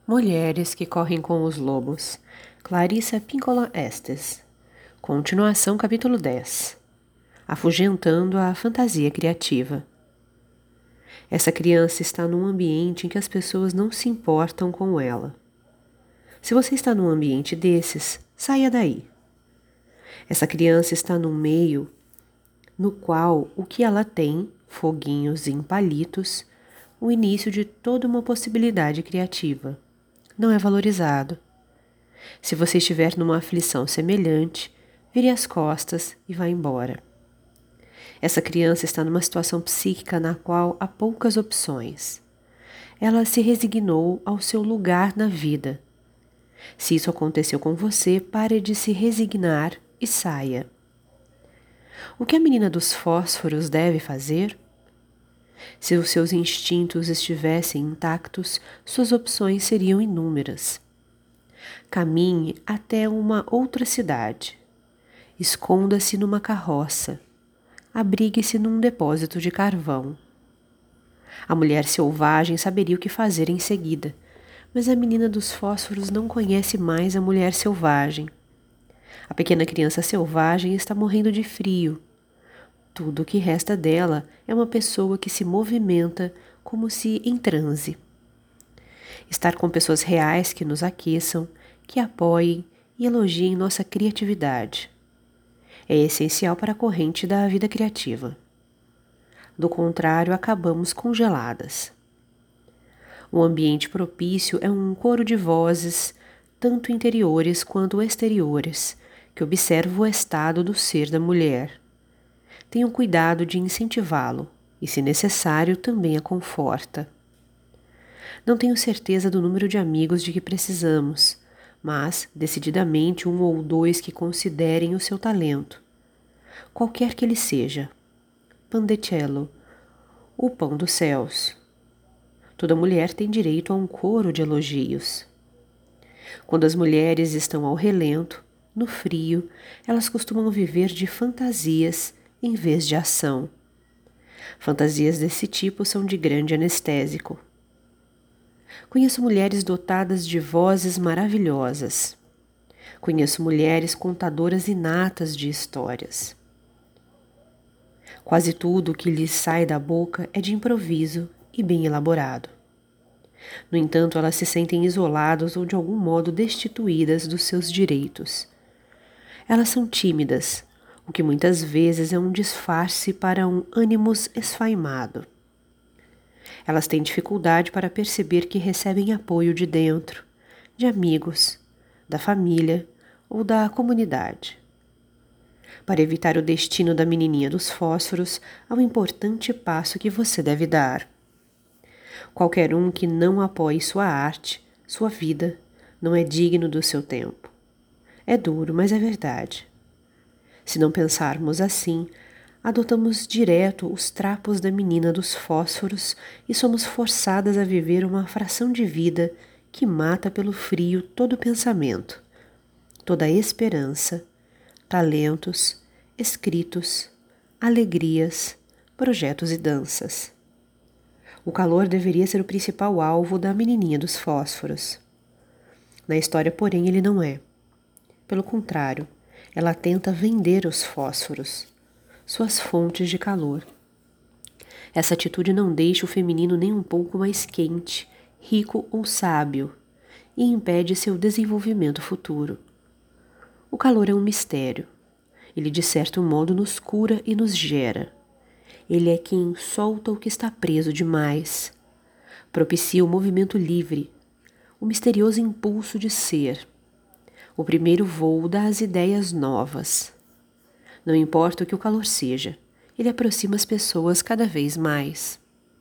Mulheres que correm com os lobos. Clarissa Pinkola Estes. Continuação, capítulo 10. Afugentando a fantasia criativa. Essa criança está num ambiente em que as pessoas não se importam com ela. Se você está num ambiente desses, saia daí. Essa criança está num meio no qual o que ela tem, foguinhos em palitos, o início de toda uma possibilidade criativa, não é valorizado. Se você estiver numa aflição semelhante, vire as costas e vá embora. Essa criança está numa situação psíquica na qual há poucas opções. Ela se resignou ao seu lugar na vida. Se isso aconteceu com você, pare de se resignar e saia. O que a menina dos fósforos deve fazer? Se os seus instintos estivessem intactos, suas opções seriam inúmeras. Caminhe até uma outra cidade. Esconda-se numa carroça. Abrigue-se num depósito de carvão. A mulher selvagem saberia o que fazer em seguida, mas a menina dos fósforos não conhece mais a mulher selvagem. A pequena criança selvagem está morrendo de frio. Tudo o que resta dela é uma pessoa que se movimenta como se em transe. Estar com pessoas reais que nos aqueçam, que apoiem e elogiem nossa criatividade. É essencial para a corrente da vida criativa. Do contrário, acabamos congeladas. O ambiente propício é um coro de vozes, tanto interiores quanto exteriores, que observa o estado do ser da mulher. Tenha o cuidado de incentivá-lo e, se necessário, também a conforta. Não tenho certeza do número de amigos de que precisamos, mas, decididamente, um ou dois que considerem o seu talento. Qualquer que ele seja. Pandecello, o pão dos céus. Toda mulher tem direito a um coro de elogios. Quando as mulheres estão ao relento, no frio, elas costumam viver de fantasias em vez de ação. Fantasias desse tipo são de grande anestésico. Conheço mulheres dotadas de vozes maravilhosas. Conheço mulheres contadoras inatas de histórias. Quase tudo o que lhes sai da boca é de improviso e bem elaborado. No entanto, elas se sentem isoladas ou de algum modo destituídas dos seus direitos. Elas são tímidas, o que muitas vezes é um disfarce para um ânimos esfaimado. Elas têm dificuldade para perceber que recebem apoio de dentro, de amigos, da família ou da comunidade. Para evitar o destino da menininha dos fósforos, há um importante passo que você deve dar. Qualquer um que não apoie sua arte, sua vida, não é digno do seu tempo. É duro, mas é verdade. Se não pensarmos assim, adotamos direto os trapos da menina dos fósforos e somos forçadas a viver uma fração de vida que mata pelo frio todo pensamento, toda esperança, talentos, escritos, alegrias, projetos e danças. O calor deveria ser o principal alvo da menininha dos fósforos. Na história, porém, ele não é. Pelo contrário, ela tenta vender os fósforos, suas fontes de calor. Essa atitude não deixa o feminino nem um pouco mais quente, rico ou sábio, e impede seu desenvolvimento futuro. O calor é um mistério. Ele, de certo modo, nos cura e nos gera. Ele é quem solta o que está preso demais. Propicia o movimento livre, o misterioso impulso de ser, o primeiro voo das ideias novas. Não importa o que o calor seja, ele aproxima as pessoas cada vez mais.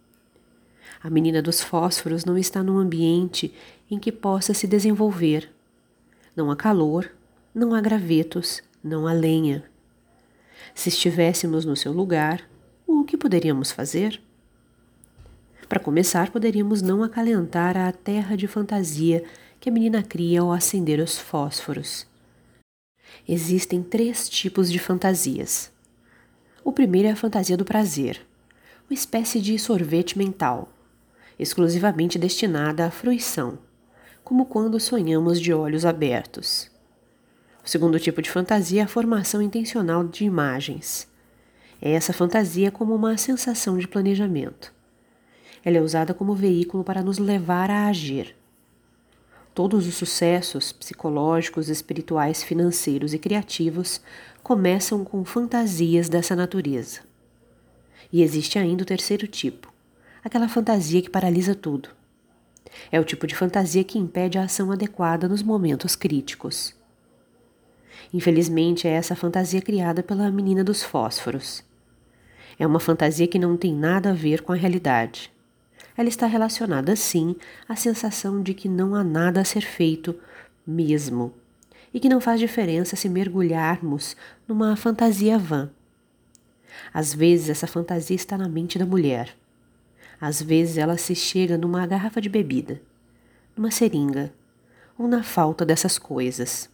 A menina dos fósforos não está num ambiente em que possa se desenvolver. Não há calor, não há gravetos, não há lenha. Se estivéssemos no seu lugar, o que poderíamos fazer? Para começar, poderíamos não acalentar a terra de fantasia que a menina cria ao acender os fósforos. Existem 3 tipos de fantasias. O primeiro é a fantasia do prazer, uma espécie de sorvete mental, exclusivamente destinada à fruição, como quando sonhamos de olhos abertos. O segundo tipo de fantasia é a formação intencional de imagens. É essa fantasia como uma sensação de planejamento. Ela é usada como veículo para nos levar a agir. Todos os sucessos psicológicos, espirituais, financeiros e criativos começam com fantasias dessa natureza. E existe ainda o terceiro tipo, aquela fantasia que paralisa tudo. É o tipo de fantasia que impede a ação adequada nos momentos críticos. Infelizmente, é essa fantasia criada pela menina dos fósforos. É uma fantasia que não tem nada a ver com a realidade. Ela está relacionada, sim, à sensação de que não há nada a ser feito mesmo, e que não faz diferença se mergulharmos numa fantasia vã. Às vezes, essa fantasia está na mente da mulher. Às vezes, ela se chega numa garrafa de bebida, numa seringa, ou na falta dessas coisas.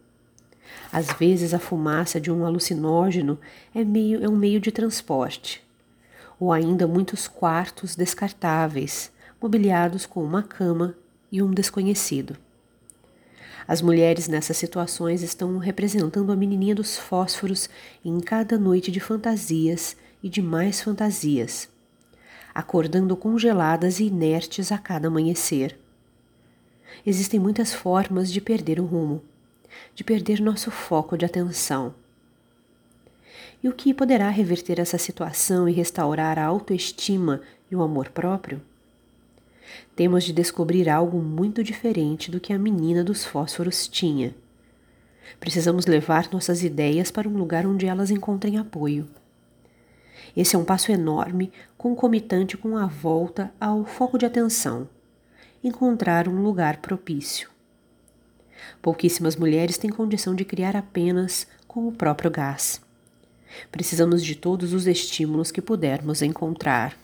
Às vezes, a fumaça de um alucinógeno é um meio de transporte, ou ainda muitos quartos descartáveis, mobiliados com uma cama e um desconhecido. As mulheres nessas situações estão representando a menininha dos fósforos em cada noite de fantasias e de mais fantasias, acordando congeladas e inertes a cada amanhecer. Existem muitas formas de perder o rumo, de perder nosso foco de atenção. E o que poderá reverter essa situação e restaurar a autoestima e o amor próprio? Temos de descobrir algo muito diferente do que a menina dos fósforos tinha. Precisamos levar nossas ideias para um lugar onde elas encontrem apoio. Esse é um passo enorme, concomitante com a volta ao foco de atenção. Encontrar um lugar propício. Pouquíssimas mulheres têm condição de criar apenas com o próprio gás. Precisamos de todos os estímulos que pudermos encontrar.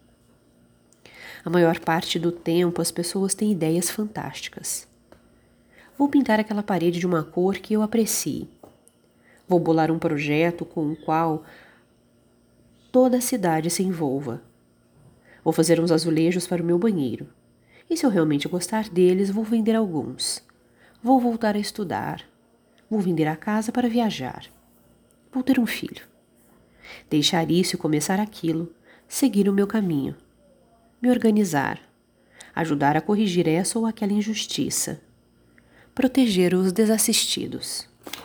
A maior parte do tempo as pessoas têm ideias fantásticas. Vou pintar aquela parede de uma cor que eu aprecie. Vou bolar um projeto com o qual toda a cidade se envolva. Vou fazer uns azulejos para o meu banheiro. E se eu realmente gostar deles, vou vender alguns. Vou voltar a estudar. Vou vender a casa para viajar. Vou ter um filho. Deixar isso e começar aquilo, seguir o meu caminho. Me organizar. Ajudar a corrigir essa ou aquela injustiça. Proteger os desassistidos.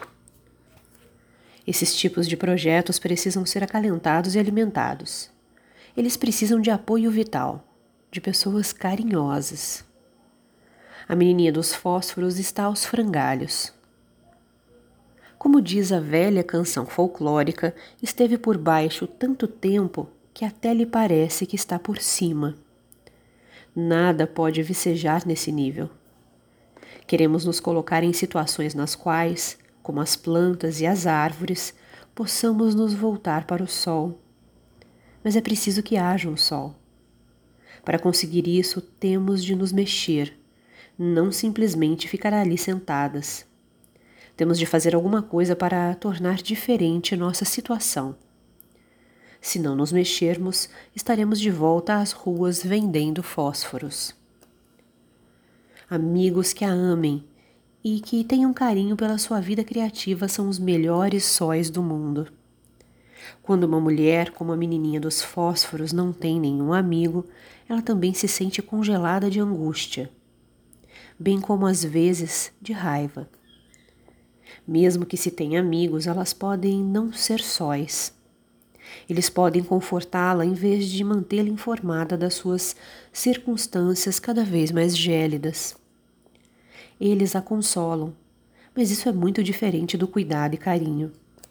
Esses tipos de projetos precisam ser acalentados e alimentados. Eles precisam de apoio vital, de pessoas carinhosas. A menininha dos fósforos está aos frangalhos. Como diz a velha canção folclórica, esteve por baixo tanto tempo que até lhe parece que está por cima. Nada pode vicejar nesse nível. Queremos nos colocar em situações nas quais, como as plantas e as árvores, possamos nos voltar para o sol. Mas é preciso que haja um sol. Para conseguir isso, temos de nos mexer, não simplesmente ficar ali sentadas. Temos de fazer alguma coisa para tornar diferente nossa situação. Se não nos mexermos, estaremos de volta às ruas vendendo fósforos. Amigos que a amem e que tenham carinho pela sua vida criativa são os melhores sóis do mundo. Quando uma mulher, como a menininha dos fósforos, não tem nenhum amigo, ela também se sente congelada de angústia, bem como às vezes de raiva. Mesmo que se tenha amigos, elas podem não ser sóis. Eles podem confortá-la em vez de mantê-la informada das suas circunstâncias cada vez mais gélidas. Eles a consolam, mas isso é muito diferente do cuidado e carinho.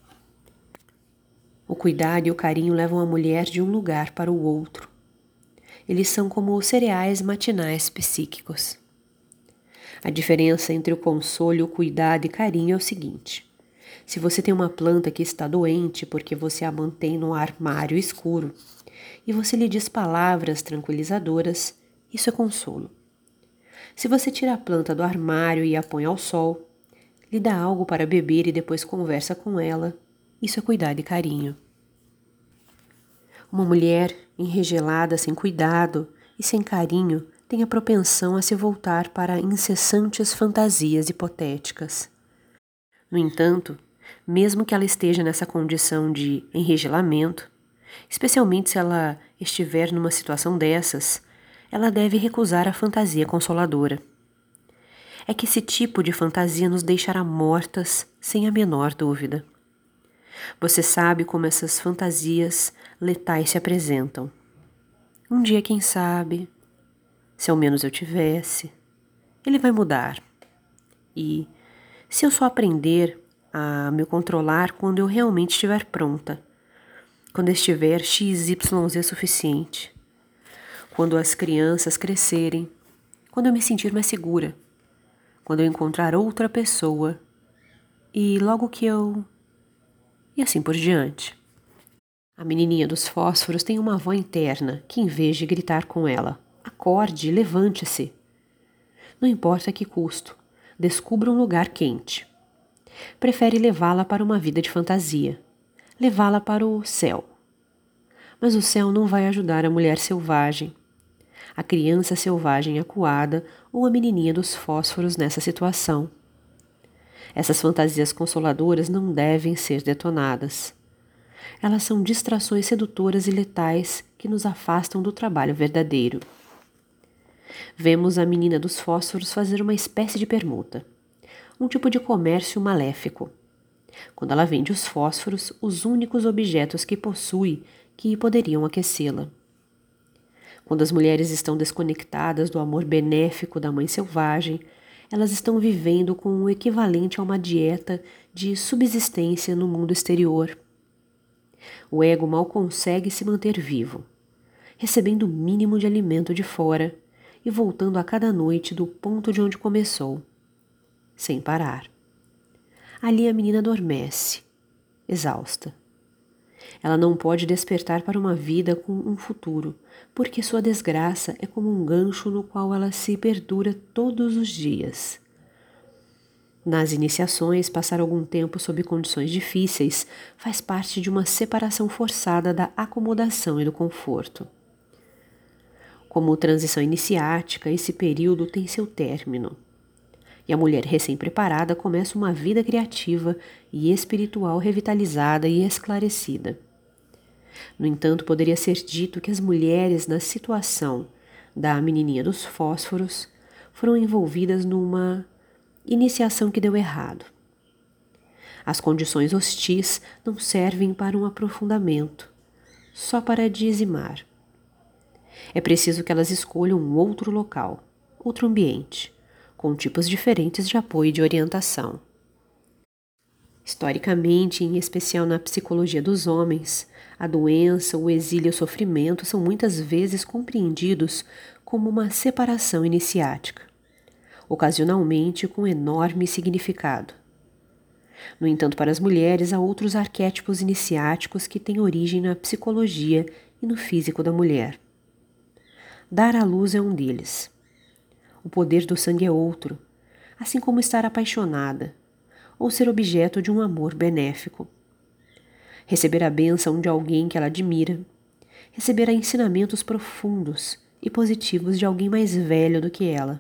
O cuidado e o carinho levam a mulher de um lugar para o outro. Eles são como cereais matinais psíquicos. A diferença entre o consolo, o cuidado e carinho é o seguinte: se você tem uma planta que está doente porque você a mantém no armário escuro e você lhe diz palavras tranquilizadoras, isso é consolo. Se você tira a planta do armário e a põe ao sol, lhe dá algo para beber e depois conversa com ela, isso é cuidado e carinho. Uma mulher enregelada, sem cuidado e sem carinho tem a propensão a se voltar para incessantes fantasias hipotéticas. No entanto, mesmo que ela esteja nessa condição de enregelamento, especialmente se ela estiver numa situação dessas, ela deve recusar a fantasia consoladora. É que esse tipo de fantasia nos deixará mortas sem a menor dúvida. Você sabe como essas fantasias letais se apresentam. Um dia, quem sabe, se ao menos eu tivesse, ele vai mudar. E se eu só aprender a me controlar quando eu realmente estiver pronta, quando estiver XYZ suficiente, quando as crianças crescerem, quando eu me sentir mais segura, quando eu encontrar outra pessoa e logo que eu... E assim por diante. A menininha dos fósforos tem uma avó interna que, em vez de gritar com ela, acorde, levante-se. Não importa a que custo, descubra um lugar quente. Prefere levá-la para uma vida de fantasia, levá-la para o céu. Mas o céu não vai ajudar a mulher selvagem, a criança selvagem acuada ou a menininha dos fósforos nessa situação. Essas fantasias consoladoras não devem ser detonadas. Elas são distrações sedutoras e letais que nos afastam do trabalho verdadeiro. Vemos a menina dos fósforos fazer uma espécie de permuta, um tipo de comércio maléfico. Quando ela vende os fósforos, os únicos objetos que possui que poderiam aquecê-la. Quando as mulheres estão desconectadas do amor benéfico da mãe selvagem, elas estão vivendo com o equivalente a uma dieta de subsistência no mundo exterior. O ego mal consegue se manter vivo, recebendo o mínimo de alimento de fora e voltando a cada noite do ponto de onde começou, sem parar. Ali a menina adormece, exausta. Ela não pode despertar para uma vida com um futuro, porque sua desgraça é como um gancho no qual ela se perdura todos os dias. Nas iniciações, passar algum tempo sob condições difíceis faz parte de uma separação forçada da acomodação e do conforto. Como transição iniciática, esse período tem seu término. E a mulher recém-preparada começa uma vida criativa e espiritual revitalizada e esclarecida. No entanto, poderia ser dito que as mulheres na situação da menininha dos fósforos foram envolvidas numa iniciação que deu errado. As condições hostis não servem para um aprofundamento, só para dizimar. É preciso que elas escolham um outro local, outro ambiente, com tipos diferentes de apoio e de orientação. Historicamente, em especial na psicologia dos homens, a doença, o exílio e o sofrimento são muitas vezes compreendidos como uma separação iniciática, ocasionalmente com enorme significado. No entanto, para as mulheres, há outros arquétipos iniciáticos que têm origem na psicologia e no físico da mulher. Dar à luz é um deles. O poder do sangue é outro, assim como estar apaixonada, ou ser objeto de um amor benéfico. Receber a bênção de alguém que ela admira, receber ensinamentos profundos e positivos de alguém mais velho do que ela.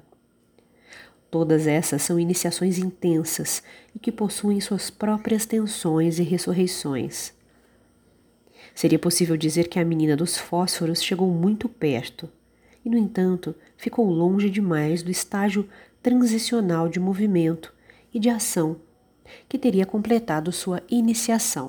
Todas essas são iniciações intensas e que possuem suas próprias tensões e ressurreições. Seria possível dizer que a menina dos fósforos chegou muito perto e, no entanto, ficou longe demais do estágio transicional de movimento e de ação que teria completado sua iniciação.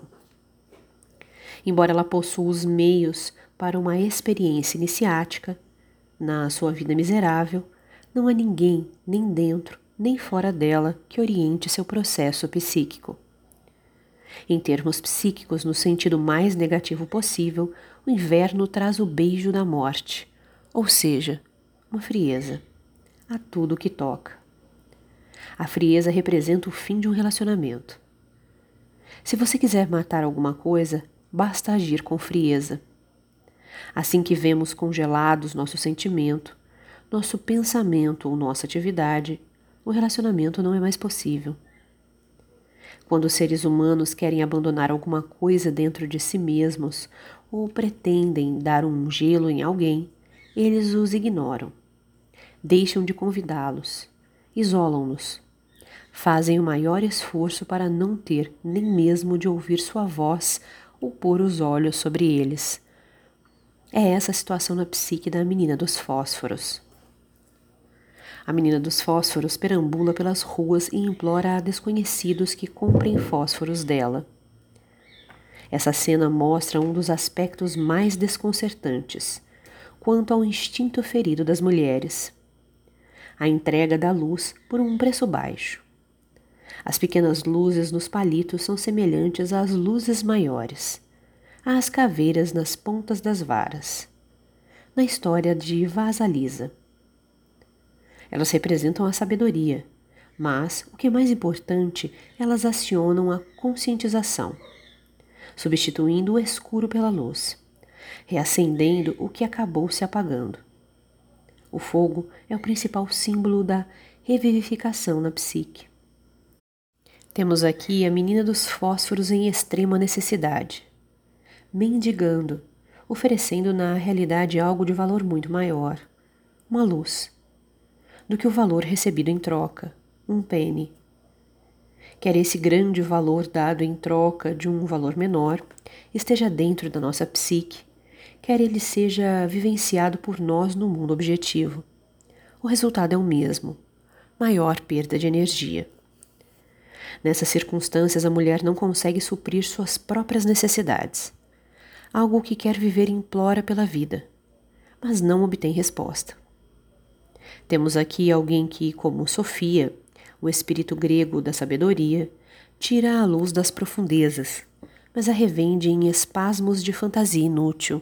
Embora ela possua os meios para uma experiência iniciática, na sua vida miserável, não há ninguém, nem dentro, nem fora dela, que oriente seu processo psíquico. Em termos psíquicos, no sentido mais negativo possível, o inverno traz o beijo da morte, ou seja, uma frieza a tudo o que toca. A frieza representa o fim de um relacionamento. Se você quiser matar alguma coisa, basta agir com frieza. Assim que vemos congelados nosso sentimento, nosso pensamento ou nossa atividade, o relacionamento não é mais possível. Quando os seres humanos querem abandonar alguma coisa dentro de si mesmos ou pretendem dar um gelo em alguém, eles os ignoram. deixam de convidá-los, isolam-nos, fazem o maior esforço para não ter nem mesmo de ouvir sua voz ou pôr os olhos sobre eles. É essa a situação na psique da menina dos fósforos. A menina dos fósforos perambula pelas ruas e implora a desconhecidos que comprem fósforos dela. Essa cena mostra um dos aspectos mais desconcertantes quanto ao instinto ferido das mulheres: a entrega da luz por um preço baixo. As pequenas luzes nos palitos são semelhantes às luzes maiores, às caveiras nas pontas das varas. Na história de Vasalisa, elas representam a sabedoria, mas, o que é mais importante, elas acionam a conscientização, substituindo o escuro pela luz, reacendendo o que acabou se apagando. O fogo é o principal símbolo da revivificação na psique. Temos aqui a menina dos fósforos em extrema necessidade, mendigando, oferecendo na realidade algo de valor muito maior, uma luz, do que o valor recebido em troca, um penny. Quer esse grande valor dado em troca de um valor menor esteja dentro da nossa psique, quer ele seja vivenciado por nós no mundo objetivo. O resultado é o mesmo: maior perda de energia. Nessas circunstâncias, a mulher não consegue suprir suas próprias necessidades. Algo que quer viver implora pela vida, mas não obtém resposta. Temos aqui alguém que, como Sofia, o espírito grego da sabedoria, tira a luz das profundezas, mas a revende em espasmos de fantasia inútil.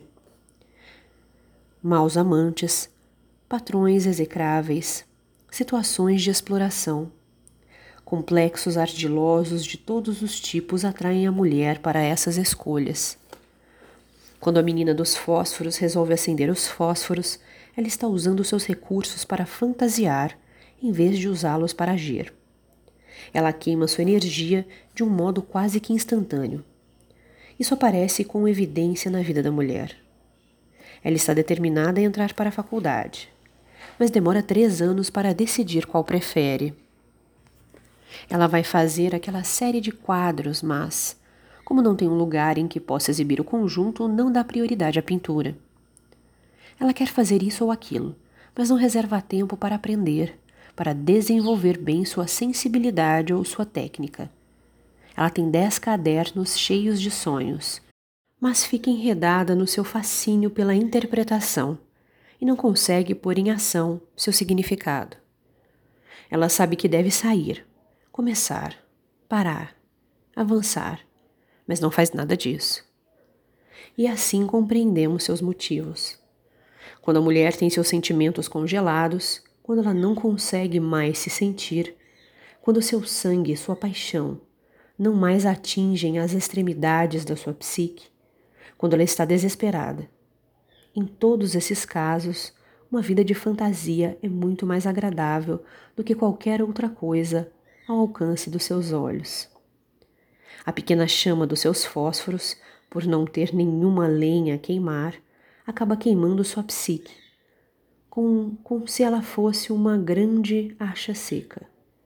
Maus amantes, patrões execráveis, situações de exploração, complexos ardilosos de todos os tipos atraem a mulher para essas escolhas. Quando a menina dos fósforos resolve acender os fósforos, ela está usando seus recursos para fantasiar, em vez de usá-los para agir. Ela queima sua energia de um modo quase que instantâneo. Isso aparece com evidência na vida da mulher. Ela está determinada a entrar para a faculdade, mas demora 3 anos para decidir qual prefere. Ela vai fazer aquela série de quadros, mas, como não tem um lugar em que possa exibir o conjunto, não dá prioridade à pintura. Ela quer fazer isso ou aquilo, mas não reserva tempo para aprender, para desenvolver bem sua sensibilidade ou sua técnica. Ela tem 10 cadernos cheios de sonhos, mas fica enredada no seu fascínio pela interpretação e não consegue pôr em ação seu significado. Ela sabe que deve sair, começar, parar, avançar, mas não faz nada disso. E assim compreendemos seus motivos. Quando a mulher tem seus sentimentos congelados, quando ela não consegue mais se sentir, quando seu sangue e sua paixão não mais atingem as extremidades da sua psique, quando ela está desesperada. Em todos esses casos, uma vida de fantasia é muito mais agradável do que qualquer outra coisa ao alcance dos seus olhos. A pequena chama dos seus fósforos, por não ter nenhuma lenha a queimar, acaba queimando sua psique, como se ela fosse uma grande acha seca.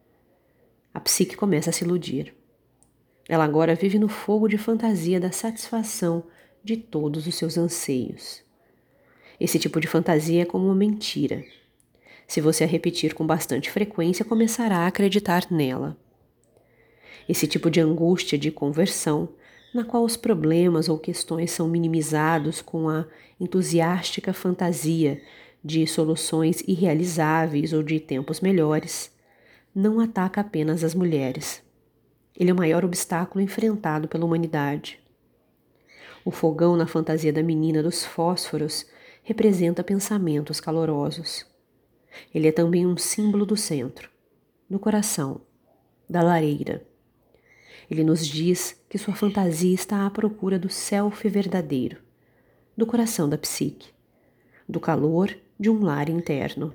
A psique começa a se iludir. Ela agora vive no fogo de fantasia da satisfação de todos os seus anseios. Esse tipo de fantasia é como uma mentira. Se você a repetir com bastante frequência, começará a acreditar nela. Esse tipo de angústia de conversão, na qual os problemas ou questões são minimizados com a entusiástica fantasia de soluções irrealizáveis ou de tempos melhores, não ataca apenas as mulheres. Ele é o maior obstáculo enfrentado pela humanidade. O fogão na fantasia da menina dos fósforos representa pensamentos calorosos. Ele é também um símbolo do centro, do coração, da lareira. Ele nos diz que sua fantasia está à procura do self verdadeiro, do coração da psique, do calor de um lar interno.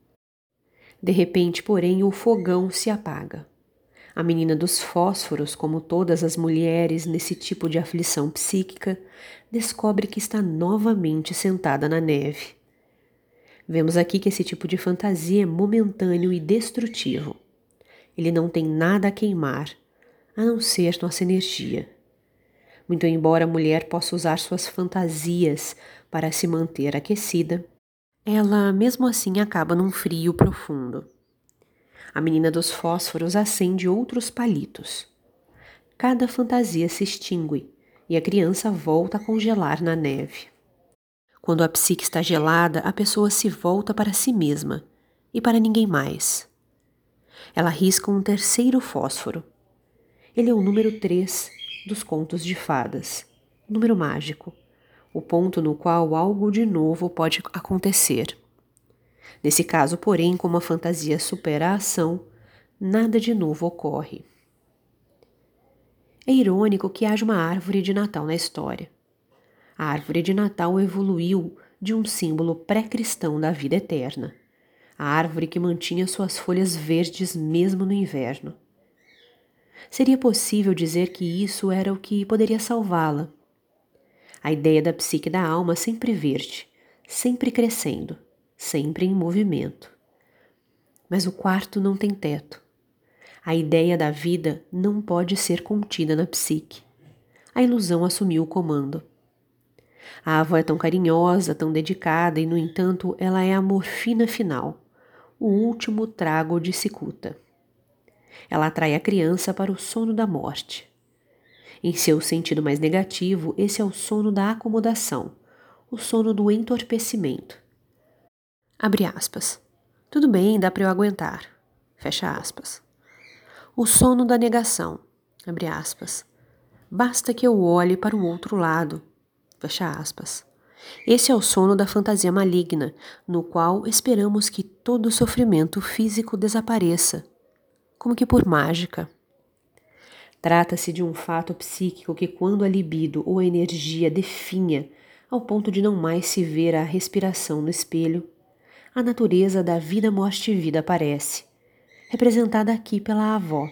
De repente, porém, o fogão se apaga. A menina dos fósforos, como todas as mulheres nesse tipo de aflição psíquica, descobre que está novamente sentada na neve. Vemos aqui que esse tipo de fantasia é momentâneo e destrutivo. Ele não tem nada a queimar, a não ser nossa energia. Muito embora a mulher possa usar suas fantasias para se manter aquecida, ela mesmo assim acaba num frio profundo. A menina dos fósforos acende outros palitos. Cada fantasia se extingue e a criança volta a congelar na neve. Quando a psique está gelada, a pessoa se volta para si mesma e para ninguém mais. Ela risca um terceiro fósforo. Ele é o número 3 dos contos de fadas, o número mágico, o ponto no qual algo de novo pode acontecer. Nesse caso, porém, como a fantasia supera a ação, nada de novo ocorre. É irônico que haja uma árvore de Natal na história. A árvore de Natal evoluiu de um símbolo pré-cristão da vida eterna, a árvore que mantinha suas folhas verdes mesmo no inverno. Seria possível dizer que isso era o que poderia salvá-la. A ideia da psique da alma sempre verde, sempre crescendo, sempre em movimento. Mas o quarto não tem teto. A ideia da vida não pode ser contida na psique. A ilusão assumiu o comando. A avó é tão carinhosa, tão dedicada e, no entanto, ela é a morfina final, o último trago de cicuta. Ela atrai a criança para o sono da morte. Em seu sentido mais negativo, esse é o sono da acomodação, o sono do entorpecimento. Abre aspas. Tudo bem, dá para eu aguentar. Fecha aspas. O sono da negação. Abre aspas. Basta que eu olhe para o outro lado. Fecha aspas. Esse é o sono da fantasia maligna, no qual esperamos que todo o sofrimento físico desapareça, como que por mágica. Trata-se de um fato psíquico que, quando a libido ou a energia definha ao ponto de não mais se ver a respiração no espelho, a natureza da vida, morte e vida aparece, representada aqui pela avó.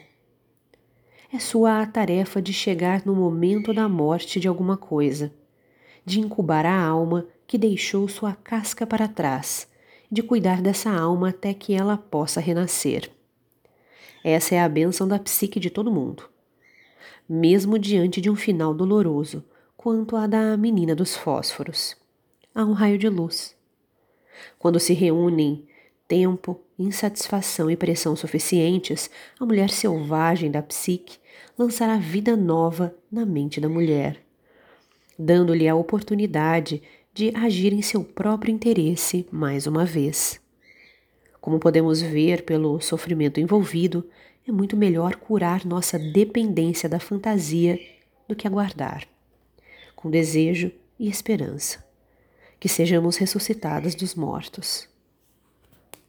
É sua a tarefa de chegar no momento da morte de alguma coisa, de incubar a alma que deixou sua casca para trás, de cuidar dessa alma até que ela possa renascer. Essa é a bênção da psique de todo mundo, mesmo diante de um final doloroso, quanto a da menina dos fósforos. Há um raio de luz. Quando se reúnem tempo, insatisfação e pressão suficientes, a mulher selvagem da psique lançará vida nova na mente da mulher, dando-lhe a oportunidade de agir em seu próprio interesse mais uma vez. Como podemos ver pelo sofrimento envolvido, é muito melhor curar nossa dependência da fantasia do que aguardar, com desejo e esperança, que sejamos ressuscitadas dos mortos.